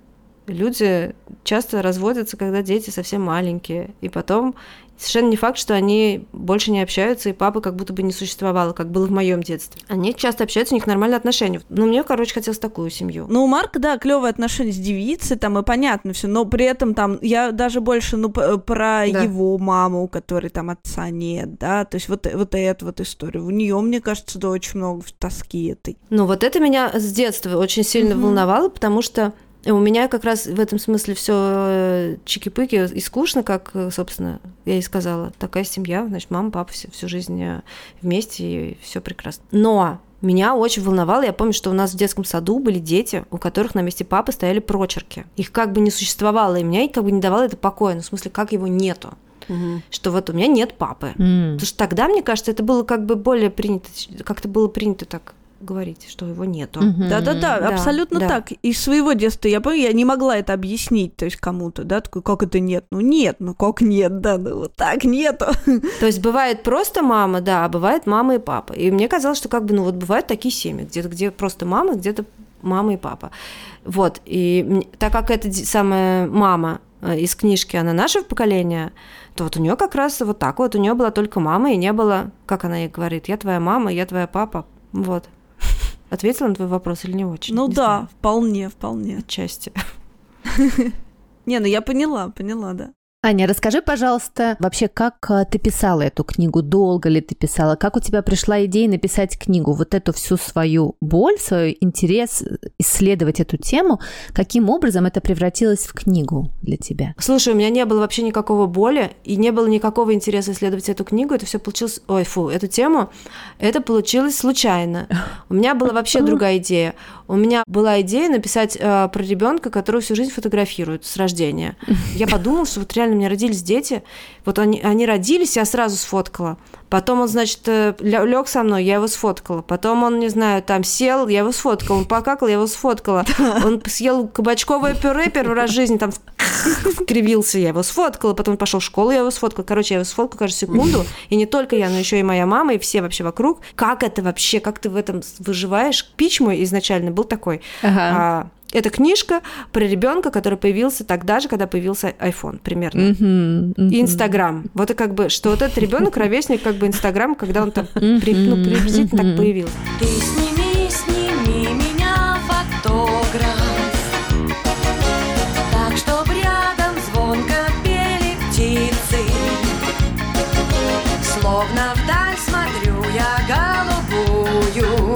Люди часто разводятся, когда дети совсем маленькие, и потом совершенно не факт, что они больше не общаются, и папы как будто бы не существовало, как было в моем детстве. Они часто общаются, у них нормальные отношения. Но мне, короче, хотелось такую семью. Ну, у Марка, да, клевые отношения с девицей, там, и понятно все, но при этом там, я даже больше, ну, про да. его маму, у которой там отца нет, да, то есть вот, вот эту вот историю. У нее, мне кажется, да, очень много тоски этой. Ну, вот это меня с детства очень сильно mm-hmm. волновало, потому что у меня как раз в этом смысле все чики-пыки и скучно, как, собственно, я и сказала. Такая семья, значит, мама, папа все, всю жизнь вместе, и все прекрасно. Но меня очень волновало, я помню, что у нас в детском саду были дети, у которых на месте папы стояли прочерки. Их как бы не существовало, и меня как бы не давало это покоя, ну, в смысле, как его нету. Угу. Что вот у меня нет папы. Mm. Потому что тогда, мне кажется, это было как бы более принято, как-то было принято так говорить, что его нету. Mm-hmm. Да-да-да, да, абсолютно да. так. Из своего детства, я помню, я не могла это объяснить, то есть кому-то, да, такой, как это нет? Ну нет, ну как нет, да, ну вот так нету. То есть бывает просто мама, да, а бывает мама и папа. И мне казалось, что как бы, ну вот бывают такие семьи, где-то где просто мама, где-то мама и папа. Вот, и так как эта самая мама из книжки, она нашего поколения, то вот у нее как раз вот так вот, у нее была только мама, и не было, как она ей говорит, я твоя мама, я твоя папа, вот. Ответила на твой вопрос или не очень? Ну не да, знаю. вполне, вполне. Отчасти. Не, ну я поняла, поняла, да. Аня, расскажи, пожалуйста, вообще, как ты писала эту книгу, долго ли ты писала, как у тебя пришла идея написать книгу, вот эту всю свою боль, свой интерес исследовать эту тему, каким образом это превратилось в книгу для тебя? Слушай, у меня не было вообще никакого боли, и не было никакого интереса исследовать эту книгу, это все получилось, ой, фу, эту тему, это получилось случайно. У меня была вообще другая идея. У меня была идея написать э, про ребенка, который всю жизнь фотографирует с рождения. Я подумала, что вот реально у меня родились дети, вот они, они родились, я сразу сфоткала. Потом он, значит, лег со мной, я его сфоткала. Потом он, не знаю, там сел, я его сфоткала. Он покакал, я его сфоткала. Он съел кабачковое пюре первый раз в жизни, там кривился, я его сфоткала. Потом он пошел в школу, я его сфоткала. Короче, я его сфоткала каждую секунду. И не только я, но еще и моя мама, и все вообще вокруг. Как это вообще, как ты в этом выживаешь? Пич мой изначально был такой. Ага. Это книжка про ребенка, который появился тогда же, когда появился iPhone, примерно. Mm-hmm, mm-hmm. И Инстаграм. Вот и как бы, что вот этот ребенок ровесник как бы Инстаграм, когда он там mm-hmm, при, ну, приблизительно mm-hmm. так появился. Ты сними, сними меня фотограф, так, чтоб рядом звонко пели птицы, словно вдаль смотрю я голубую,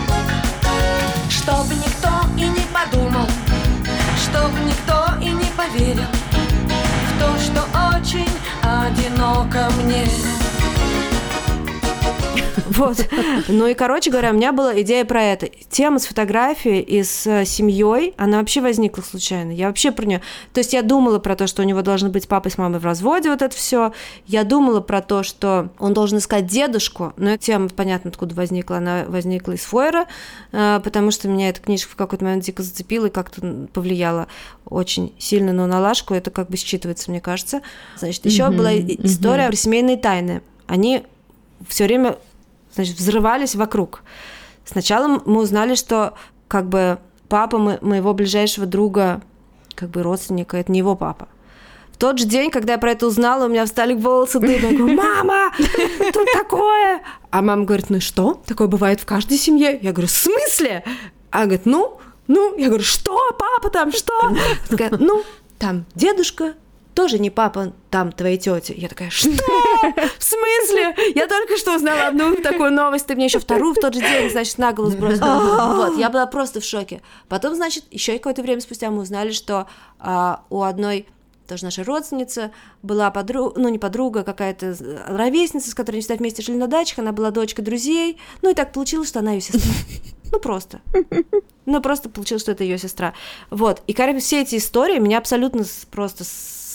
чтоб никто и не подумал, чтоб никто и не поверил в то, что очень одиноко мне. Вот. Ну и, короче говоря, у меня была идея про это. Тема с фотографией и с семьей, она вообще возникла случайно. Я вообще про нее. То есть я думала про то, что у него должны быть папа с мамой в разводе, вот это все. Я думала про то, что он должен искать дедушку, но эта тема, понятно, откуда возникла. Она возникла из Фойера, потому что меня эта книжка в какой-то момент дико зацепила и как-то повлияла очень сильно на Налашку. Это как бы считывается, мне кажется. Значит, еще mm-hmm, была история mm-hmm. про семейные тайны. Они все время, значит, взрывались вокруг. Сначала мы узнали, что как бы папа мо- моего ближайшего друга, как бы родственника, это не его папа. В тот же день, когда я про это узнала, у меня встали волосы дыбом. Я говорю: мама, тут такое! А мама говорит: ну и что? Такое бывает в каждой семье. Я говорю: в смысле? Она говорит: ну, ну. Я говорю: что, папа там, что? Такая: ну, там дедушка, тоже не папа, там твоей тети. Я такая: что? В смысле? Я только что узнала одну такую новость, ты мне еще вторую в тот же день, значит, на голову сбросила. Вот, я была просто в шоке. Потом, значит, еще какое-то время спустя мы узнали, что а, у одной тоже нашей родственницы была подруга, ну не подруга, какая-то ровесница, с которой они всегда вместе жили на дачах, она была дочкой друзей, ну и так получилось, что она ее сестра. Ну просто. Ну просто получилось, что это ее сестра. Вот, и, короче, все эти истории меня абсолютно просто...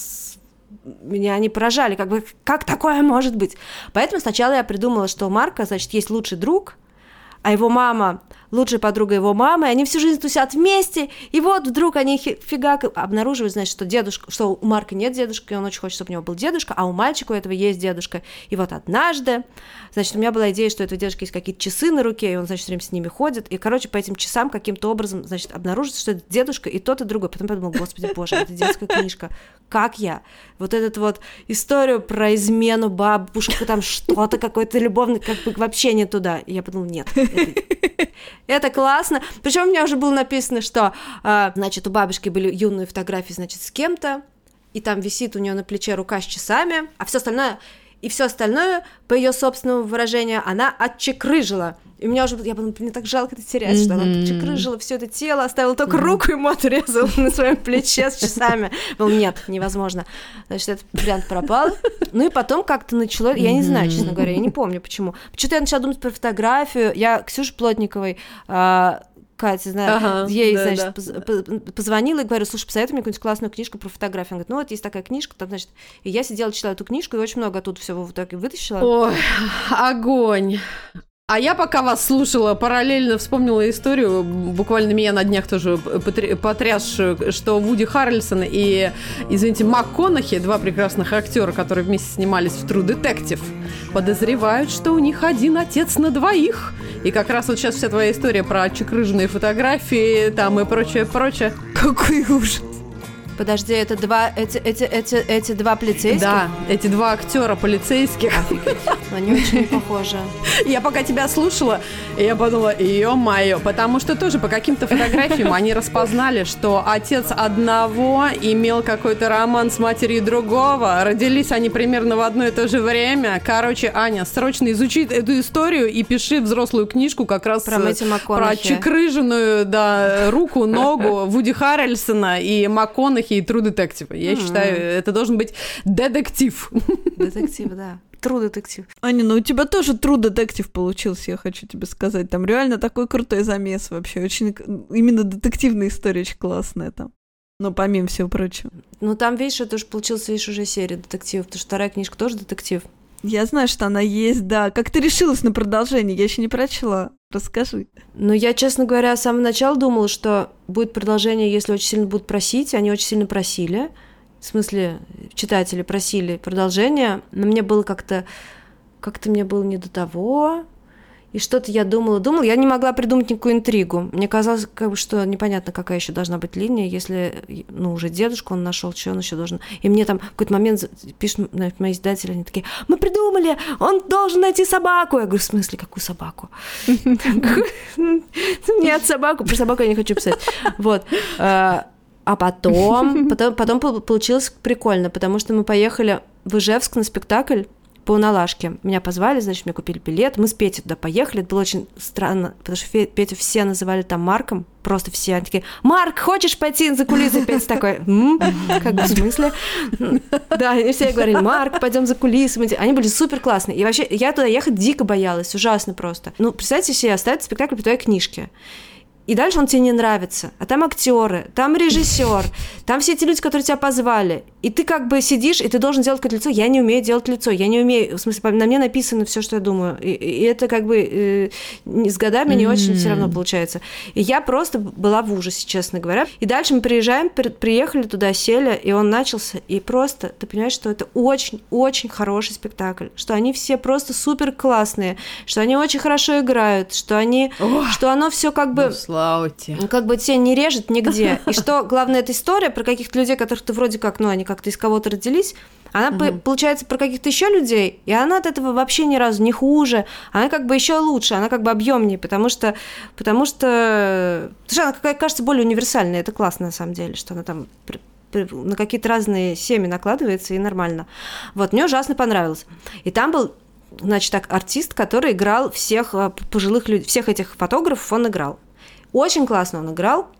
меня они поражали, как бы, как такое может быть? Поэтому сначала я придумала, что у Марка, значит, есть лучший друг, а его мама лучшая подруга его мамы, они всю жизнь тусят вместе, и вот вдруг они фигак обнаруживают, значит, что дедушка, что у Марка нет дедушки, и он очень хочет, чтобы у него был дедушка, а у мальчика у этого есть дедушка. И вот однажды, значит, у меня была идея, что у этого дедушки есть какие-то часы на руке, и он, значит, все время с ними ходит, и, короче, по этим часам каким-то образом, значит, обнаружится, что это дедушка и тот, и другой. Потом подумала: господи боже, это детская книжка, как я? Вот эту вот историю про измену бабушку, там что-то, какой-то любовный, как бы вообще не туда. И я подумала: нет, это... Это классно. Причем у меня уже было написано, что, э, значит, у бабушки были юные фотографии, значит, с кем-то, и там висит у нее на плече рука с часами, а все остальное, и все остальное, по ее собственному выражению, она отчекрыжила. И у меня уже, я подумала: мне так жалко это терять, mm-hmm. что она отчекрыжила все это тело, оставила только mm-hmm. руку ему отрезала на своем плече с часами. Ну, нет, невозможно. Значит, этот вариант пропал. Ну и потом как-то начало, я не знаю, честно говоря, я не помню почему. Почему-то я начала думать про фотографию. Я Ксюше Плотниковой, Катя, знаю, ага, ей, да, значит, да. Поз- позвонила и говорю: слушай, посоветуй мне какую-нибудь классную книжку про фотографию. Она говорит: ну вот есть такая книжка, там, значит, и я сидела, читала эту книжку, и очень много оттуда всего в итоге вытащила. Ой, огонь! А я, пока вас слушала, параллельно вспомнила историю, буквально меня на днях тоже потрясшую, что Вуди Харрельсон и, извините, МакКонахи, два прекрасных актера, которые вместе снимались в True Detective, подозревают, что у них один отец на двоих. И как раз вот сейчас вся твоя история про отчекрыженные фотографии там и прочее, прочее. Какой ужас. Подожди, это два, эти, эти, эти, эти два полицейских? Да, эти два актера полицейских. Офигеть. Они очень не похожи. Я пока тебя слушала, я подумала: ё-моё, потому что тоже по каким-то фотографиям они распознали, что отец одного имел какой-то роман с матерью другого, родились они примерно в одно и то же время. Короче, Аня, срочно изучи эту историю и пиши взрослую книжку как раз про Мэтью МакКонахи, про отчекрыженную, да, руку, ногу Вуди Харрельсона и МакКонахи и True Detective. Я mm-hmm. считаю, это должен быть детектив. Детектив, да. True Detective. Аня, ну у тебя тоже True Detective получился, я хочу тебе сказать. Там реально такой крутой замес вообще. Очень именно детективная история, очень классная там. Ну, помимо всего прочего. Ну, там, видишь, это уже получилась, видишь, уже серия детективов, потому что вторая книжка тоже детектив. Я знаю, что она есть, да. Как ты решилась на продолжение? Я еще не прочла. Расскажи. Ну, я, честно говоря, с самого начала думала, что будет продолжение, если очень сильно будут просить. Они очень сильно просили. В смысле, читатели просили продолжение. Но мне было как-то... Как-то мне было не до того. И что-то я думала, думала. Я не могла придумать никакую интригу. Мне казалось, как бы, что непонятно, какая еще должна быть линия, если, ну, уже дедушку он нашел, что он еще должен. И мне там в какой-то момент пишут мои издатели, они такие: мы придумали, он должен найти собаку. Я говорю: в смысле, какую собаку? Нет, собаку. Про собаку я не хочу писать. Вот. А потом, потом, потом получилось прикольно, потому что мы поехали в Ижевск на спектакль по Налашке. Меня позвали, значит, мне купили билет. Мы с Петей туда поехали. Это было очень странно, потому что Петю все называли там Марком. Просто все. Они такие: Марк, хочешь пойти за кулисы? Петя такой: м-м, как бы в смысле? Да, и все говорили: Марк, пойдем за кулисы. Они были супер классные. И вообще, я туда ехать дико боялась, ужасно просто. Ну, представьте себе, ставят спектакль по твоей книжке. И дальше он тебе не нравится. А там актеры, там режиссер, там все эти люди, которые тебя позвали. И ты как бы сидишь, и ты должен делать какое-то лицо. Я не умею делать лицо. Я не умею... В смысле, на мне написано все, что я думаю. И, и это как бы э, с годами не mm-hmm. очень все равно получается. И я просто была в ужасе, честно говоря. И дальше мы приезжаем, при, приехали туда, сели, и он начался. И просто ты понимаешь, что это очень-очень хороший спектакль. Что они все просто супер классные. Что они очень хорошо играют. Что они... Oh. Что оно все как бы... Слава тебе. Ну, как бы тебя не режет нигде. И что, главное, эта история про каких-то людей, которых ты вроде как, ну, они как-то из кого-то родились, она, угу. получается, про каких-то еще людей, и она от этого вообще ни разу не хуже, она как бы еще лучше, она как бы объемнее, потому что, потому что, потому что она, как кажется, более универсальная, это классно, на самом деле, что она там на какие-то разные семьи накладывается, и нормально. Вот, мне ужасно понравилось. И там был, значит, так, артист, который играл всех пожилых людей, всех этих фотографов он играл. Очень классно он играл,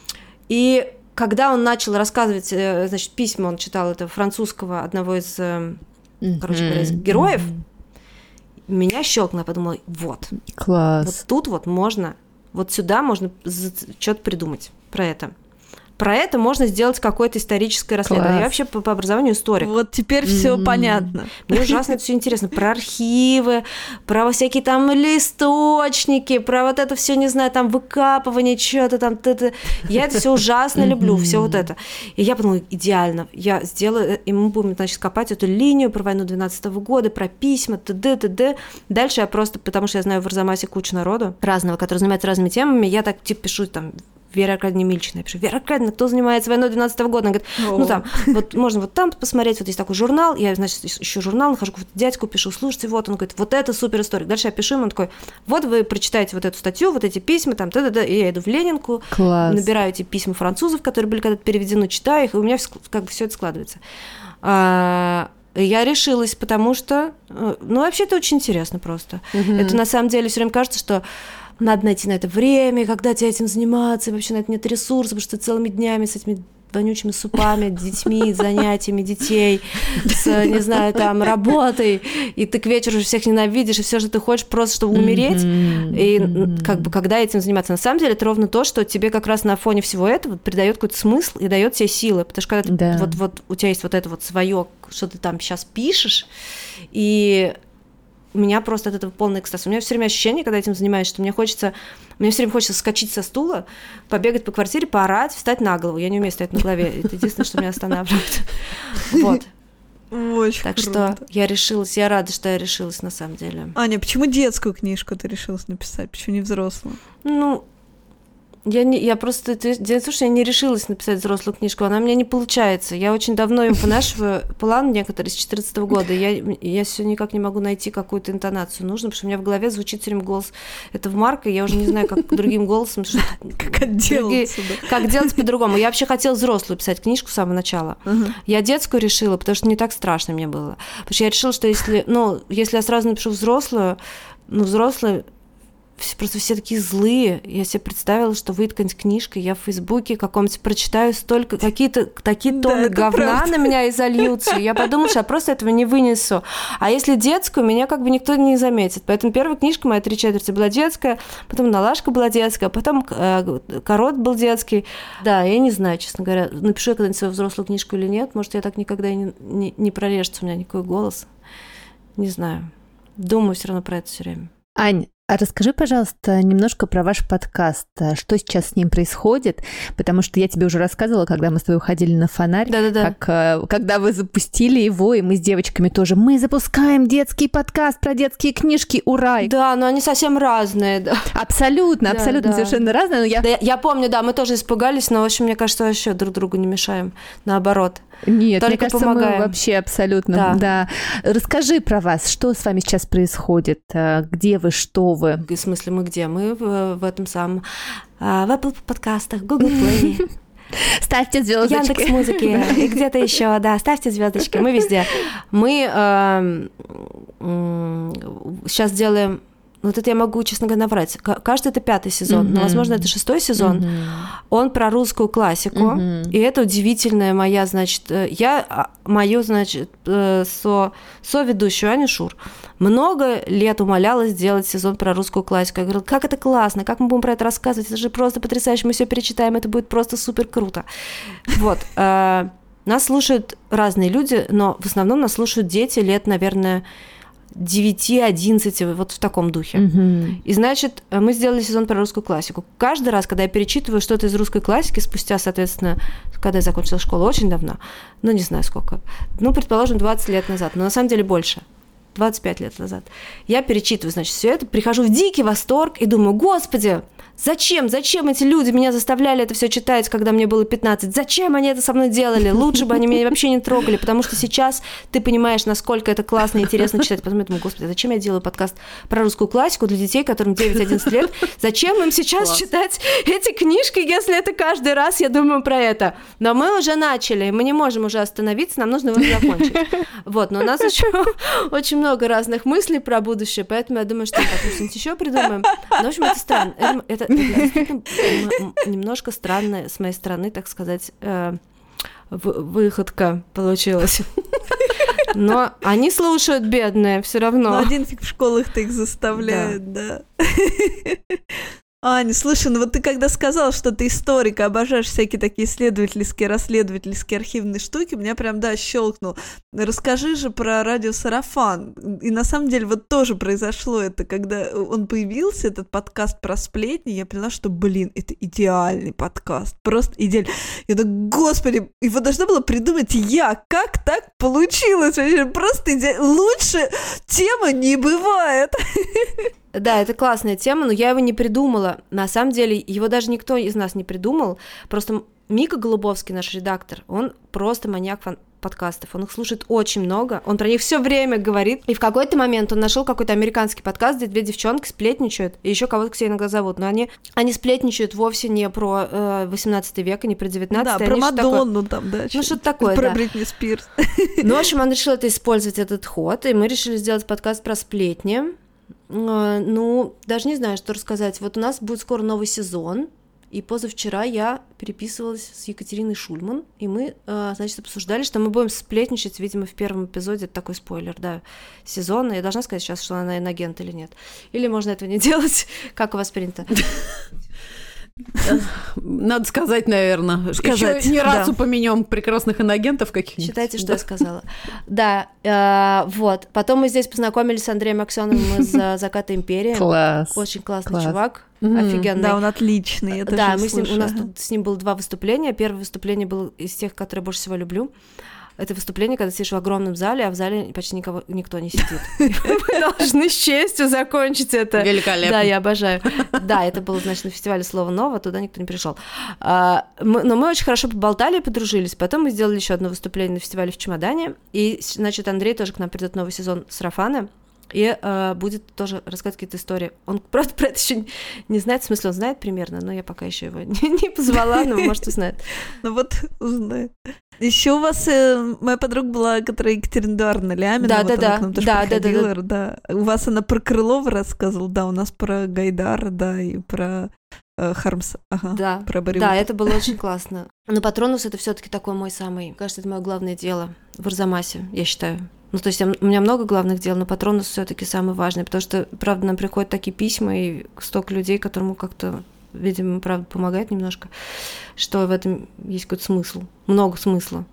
и когда он начал рассказывать, значит, письма, он читал это французского одного из, mm-hmm. короче говоря, из героев, mm-hmm. меня щелкнуло, я подумала: вот, класс. Вот тут вот можно, вот сюда можно что-то придумать про это. Про это можно сделать какое-то историческое расследование. Класс. Я вообще по, по образованию историк. Вот теперь все mm-hmm. понятно. Мне ужасно это все интересно. Про архивы, про всякие там листочники, про вот это все, не знаю, там выкапывание, что-то там. Т-т. Я это все ужасно люблю, все вот это. И я подумала: идеально. Я сделаю, и мы будем, значит, копать эту линию про войну двенадцатого года, про письма, т.д., т.д. Дальше я просто, потому что я знаю в Арзамасе кучу народу разного, который занимается разными темами, я так типа пишу там: Вера Аркадьевна Мильчина. Я пишу: Вера Аркадьевна, кто занимается войной двенадцатого года? Она говорит: ну там, вот можно вот там посмотреть, вот есть такой журнал. Я, значит, ищу журнал, нахожу какого-то дядьку, пишу: слушайте, вот он говорит: вот это супер историк. Дальше я пишу ему, он такой: вот вы прочитаете вот эту статью, вот эти письма, там, т.д. И я иду в Ленинку, класс. Набираю эти письма французов, которые были когда-то переведены, читаю их, и у меня как бы все это складывается. А, я решилась, потому что, ну, вообще это очень интересно просто. Mm-hmm. Это на самом деле все время кажется, что надо найти на это время, когда тебе этим заниматься, и вообще на это нет ресурсов, потому что ты целыми днями с этими вонючими супами, детьми, занятиями детей, с, не знаю, там, работой, и ты к вечеру уже всех ненавидишь, и все, что ты хочешь, просто чтобы умереть, mm-hmm. и mm-hmm. как бы когда этим заниматься. На самом деле это ровно то, что тебе как раз на фоне всего этого придает какой-то смысл и дает тебе силы, потому что когда ты, да. вот, вот, у тебя есть вот это вот свое, что ты там сейчас пишешь, и у меня просто от этого полный экстаз. У меня все время ощущение, когда этим занимаюсь, что мне хочется, мне все время хочется скачать со стула, побегать по квартире, поорать, встать на голову. Я не умею стоять на голове. Это единственное, что меня останавливает. Вот. Очень так круто. Что я решилась, я рада, что я решилась на самом деле. Аня, почему детскую книжку ты решилась написать? Почему не взрослую? Ну, Я, не, я просто, дело в том, что я не решилась написать взрослую книжку, она у меня не получается. Я очень давно им понашиваю план некоторые с две тысячи четырнадцатого года, я, я все никак не могу найти какую-то интонацию нужно, потому что у меня в голове звучит все время голос этого Марка, я уже не знаю, как другим голосом, что как отделаться, как делать по-другому. Я вообще хотела взрослую писать книжку с самого начала. Я детскую решила, потому что не так страшно мне было. Потому что я решила, что если, ну, если я сразу напишу взрослую, ну, взрослую, просто все такие злые. Я себе представила, что выйдет какая-нибудь книжка, я в Фейсбуке каком-нибудь прочитаю столько, какие-то такие тонны да, говна правда. На меня изольются. Я подумала, что я просто этого не вынесу. А если детскую, меня как бы никто не заметит. Поэтому первая книжка моя «Три четверти» была детская, потом «Налашка» была детская, потом э, «Корот» был детский. Да, я не знаю, честно говоря, напишу я когда-нибудь свою взрослую книжку или нет. Может, я так никогда и не, не, не прорежется у меня никакой голос. Не знаю. Думаю все равно про это все время. Ань, а расскажи, пожалуйста, немножко про ваш подкаст. Что сейчас с ним происходит? Потому что я тебе уже рассказывала, когда мы с тобой уходили на фонарь, Да-да-да. как когда вы запустили его, и мы с девочками тоже. Мы запускаем детский подкаст про детские книжки, ура! Да, но они совсем разные. Да. Абсолютно, да, абсолютно, да. совершенно разные. Но я... Да, я, я помню, да, мы тоже испугались, но, в общем, мне кажется, вообще друг другу не мешаем. Наоборот. Нет, только мне кажется, помогаем. Мы вообще абсолютно, да. да. Расскажи про вас, что с вами сейчас происходит, где вы, что вы? В смысле, мы где? Мы в, в этом самом, в Apple подкастах, Google Play. Ставьте звездочки. Яндекс.Музыки и где-то еще, да, ставьте звездочки. Мы везде. Мы, э, сейчас делаем... Вот это я могу, честно говоря, наврать. Кажется, это пятый сезон, mm-hmm. но, возможно, это шестой сезон. Mm-hmm. Он про русскую классику. Mm-hmm. И это удивительная моя, значит... Я мою, значит, со, соведущую Аню Шур много лет умоляла сделать сезон про русскую классику. Я говорила, как это классно, как мы будем про это рассказывать, это же просто потрясающе, мы все перечитаем, это будет просто супер круто. Вот. Нас слушают разные люди, но в основном нас слушают дети лет, наверное... девять-одиннадцать, вот в таком духе. Mm-hmm. И, значит, мы сделали сезон про русскую классику. Каждый раз, когда я перечитываю что-то из русской классики, спустя, соответственно, когда я закончила школу, очень давно, ну, не знаю сколько, ну, предположим, двадцать лет назад, но на самом деле больше, двадцать пять лет назад, я перечитываю, значит, все это, прихожу в дикий восторг и думаю, господи, зачем, зачем эти люди меня заставляли это все читать, когда мне было пятнадцать? Зачем они это со мной делали? Лучше бы они меня вообще не трогали, потому что сейчас ты понимаешь, насколько это классно и интересно читать. Потом я думаю, господи, зачем я делаю подкаст про русскую классику для детей, которым девять-одиннадцать лет? Зачем им сейчас Класс. Читать эти книжки, если это каждый раз я думаю про это? Но мы уже начали, мы не можем уже остановиться, нам нужно его закончить. Вот, но у нас еще очень много разных мыслей про будущее, поэтому я думаю, что мы как-нибудь еще придумаем. Но, в общем, это странно. Это Это действительно немножко странная с моей стороны, так сказать, э, выходка получилась. Но они слушают, бедные, все равно. Но один фиг в школах-то их заставляют, да. да. Аня, слушай, ну вот ты когда сказала, что ты историк, обожаешь всякие такие исследовательские, расследовательские архивные штуки, меня прям, да, щелкнул. Расскажи же про радио «Сарафан». И на самом деле вот тоже произошло это, когда он появился, этот подкаст про сплетни, я поняла, что, блин, это идеальный подкаст, просто идеальный. Я думаю, господи, его должна была придумать я, как так получилось? Просто идеально. Лучше темы не бывает. Да, это классная тема, но я его не придумала. На самом деле, его даже никто из нас не придумал. Просто Мика Голубовский, наш редактор, он просто маньяк фан- подкастов. Он их слушает очень много, он про них все время говорит. И в какой-то момент он нашел какой-то американский подкаст, где две девчонки сплетничают, и еще кого-то, кстати, иногда зовут. Но они, они сплетничают вовсе не про э, восемнадцатый век, и не про девятнадцатый. Да, про Мадонну там, да. Ну, что-то такое, Про да. Бритни Спирс. Ну, в общем, он решил это использовать, этот ход, и мы решили сделать подкаст про сплетни. Ну, даже не знаю, что рассказать. Вот у нас будет скоро новый сезон, и позавчера я переписывалась с Екатериной Шульман, и мы, значит, обсуждали, что мы будем сплетничать, видимо, в первом эпизоде, это такой спойлер, да, сезона. Я должна сказать сейчас, что она иноагент или нет? Или можно этого не делать? Как у вас принято? Надо сказать, наверное. Сказать, Еще не раз да. упомянем прекрасных иноагентов каких-нибудь. Считайте, что да. я сказала. Да, э, вот. Потом мы здесь познакомились с Андреем Аксёновым из «Заката империи». Класс. Очень классный Класс. чувак, Mm-hmm. офигенный. Да, он отличный, я Да, тоже мы с ним, у слушаю. нас тут с ним было два выступления. Первое выступление было из тех, которые я больше всего люблю. Это выступление, когда ты сидишь в огромном зале, а в зале почти никого, никто не сидит. Мы должны с честью закончить это. Великолепно. Да, я обожаю. Да, это было, значит, на фестивале «Слово ново», туда никто не пришел. Но мы очень хорошо поболтали и подружились. Потом мы сделали еще одно выступление на фестивале «В чемодане». И, значит, Андрей тоже к нам придет новый сезон «Сарафана». И э, будет тоже рассказывать какие-то истории. Он просто про это еще не знает, в смысле, он знает примерно, но я пока еще его не, не позвала, но, может, узнает. Ну вот, узнает. Еще у вас э, моя подруга была, которая Екатерина Эдуардовна Лямина. Да, вот да, она да. к нам тоже Да, да, да, приходила, да. У вас она про Крылова рассказывала, да, у нас про Гайдара, да, и про э, Хармса, ага, Да, про Бариута. да, это было очень классно. Но Патронус — это все таки такой мой самый, кажется, это мое главное дело в Арзамасе, я считаю. Ну, то есть у меня много главных дел, но Патронус все таки самый важный, потому что, правда, нам приходят такие письма, и столько людей, которому как-то, видимо, правда, помогает немножко, что в этом есть какой-то смысл, много смысла.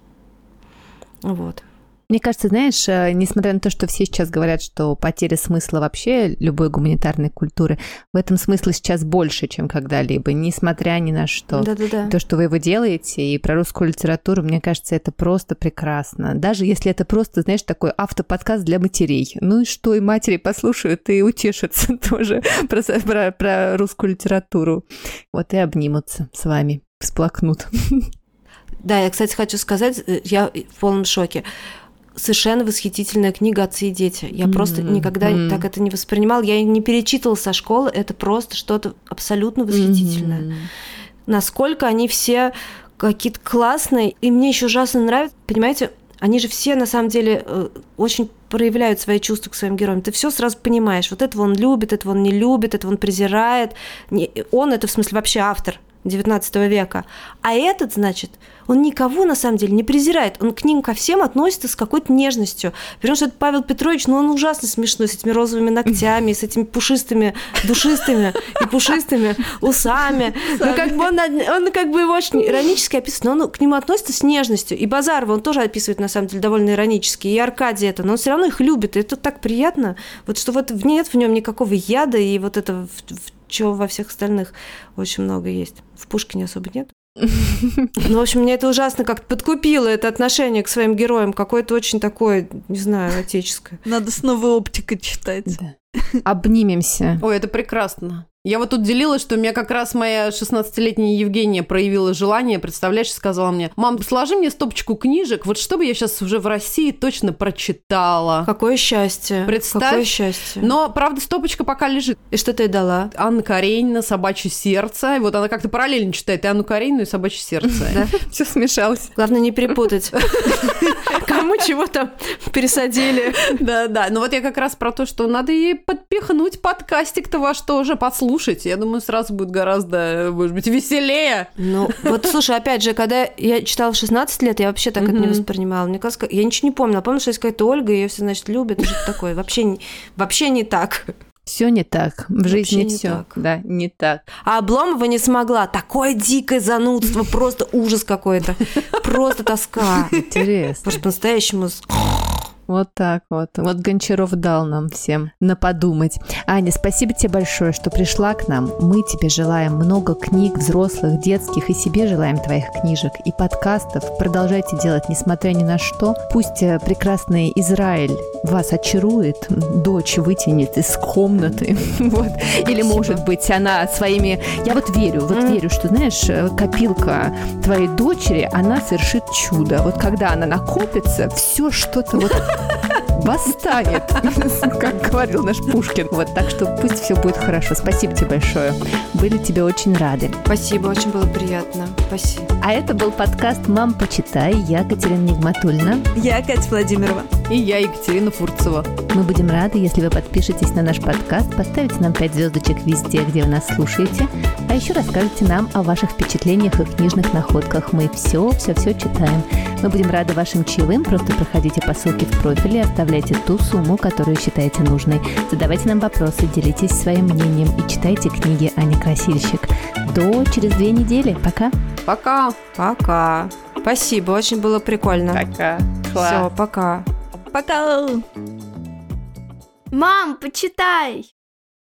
Вот. Мне кажется, знаешь, несмотря на то, что все сейчас говорят, что потеря смысла вообще любой гуманитарной культуры, в этом смысла сейчас больше, чем когда-либо, несмотря ни на что. Да-да-да. То, что вы его делаете, и про русскую литературу, мне кажется, это просто прекрасно. Даже если это просто, знаешь, такой автоподкаст для матерей. Ну и что, и матери послушают и утешатся тоже про, про, про русскую литературу. Вот и обнимутся с вами, всплакнут. Да, я, кстати, хочу сказать, я в полном шоке. Совершенно восхитительная книга «Отцы и дети». Я mm-hmm. просто никогда mm-hmm. так это не воспринимала. Я не перечитывала со школы. Это просто что-то абсолютно восхитительное. Mm-hmm. Насколько они все какие-то классные. И мне еще ужасно нравится, понимаете, они же все, на самом деле, очень проявляют свои чувства к своим героям. Ты все сразу понимаешь. Вот этого он любит, этого он не любит, этого он презирает. Он, это в смысле вообще автор девятнадцатого века. А этот, значит, он никого на самом деле не презирает. Он к ним ко всем относится с какой-то нежностью. Потому что это Павел Петрович, ну он ужасно смешной, с этими розовыми ногтями, с этими пушистыми, душистыми и пушистыми усами. Ну, как бы он, он как бы его очень иронически описывает, но он к нему относится с нежностью. И Базарова он тоже описывает, на самом деле, довольно иронически. И Аркадий это, но он все равно их любит. И это так приятно, вот что вот нет в нем никакого яда, и вот это чего во всех остальных очень много есть. В Пушкине особо нет. Ну, в общем, меня это ужасно как-то подкупило, это отношение к своим героям, какое-то очень такое, не знаю, отеческое. Надо с новой оптикой читать. Да. Обнимемся. Ой, это прекрасно. Я вот тут делилась, что у меня как раз моя шестнадцатилетняя Евгения проявила желание, представляешь, сказала мне: мам, сложи мне стопочку книжек, вот чтобы я сейчас уже в России точно прочитала. Какое счастье. Представь. Какое счастье. Но, правда, стопочка пока лежит. И что ты ей дала? Анна Каренина «Собачье сердце». И вот она как-то параллельно читает и Анну Каренину, и «Собачье сердце». Да? Все смешалось. Главное не перепутать. Кому чего там пересадили. Да-да. Но вот я как раз про то, что надо ей подпихнуть подкастик-то ваш тоже, послушать. Я думаю, сразу будет гораздо, может быть, веселее. Ну, вот, слушай, опять же, когда я читала в шестнадцать лет, я вообще так это не воспринимала. Мне казалось, я ничего не помнила. Помню, что есть какая-то Ольга, ее все, значит, любят, и что-то такое. Вообще, вообще не так. Все не так. В жизни не все. так. Да, не так. А Обломова не смогла. Такое дикое занудство, просто ужас какой-то. Просто тоска. Интересно. Просто по-настоящему... Вот так вот. Вот Гончаров дал нам всем на подумать. Аня, спасибо тебе большое, что пришла к нам. Мы тебе желаем много книг, взрослых, детских, и себе желаем твоих книжек и подкастов. Продолжайте делать, несмотря ни на что. Пусть прекрасный Израиль вас очарует, дочь вытянет из комнаты. Вот. Или, может быть, она своими... Я вот верю, вот верю, что, знаешь, копилка твоей дочери, она совершит чудо. Вот когда она накопится, все что-то вот восстанет, как говорил наш Пушкин. Вот, так что пусть все будет хорошо. Спасибо тебе большое. Были тебе очень рады. Спасибо, очень было приятно. Спасибо. А это был подкаст «Мам, почитай». Я Катерина Нигматульна. Я Катя Владимирова. И я Екатерина Фурцева. Мы будем рады, если вы подпишетесь на наш подкаст, поставите нам пять звездочек везде, где вы нас слушаете, а еще расскажете нам о ваших впечатлениях и книжных находках. Мы все-все-все читаем. Мы будем рады вашим чаевым. Просто проходите по ссылке в профиле, оставляйте ту сумму, которую считаете нужной. Задавайте нам вопросы, делитесь своим мнением и читайте книги Ани Красильщик. До через две недели. Пока. Пока. Пока. Спасибо, очень было прикольно. Пока. Все, пока. Пока. Мам, почитай!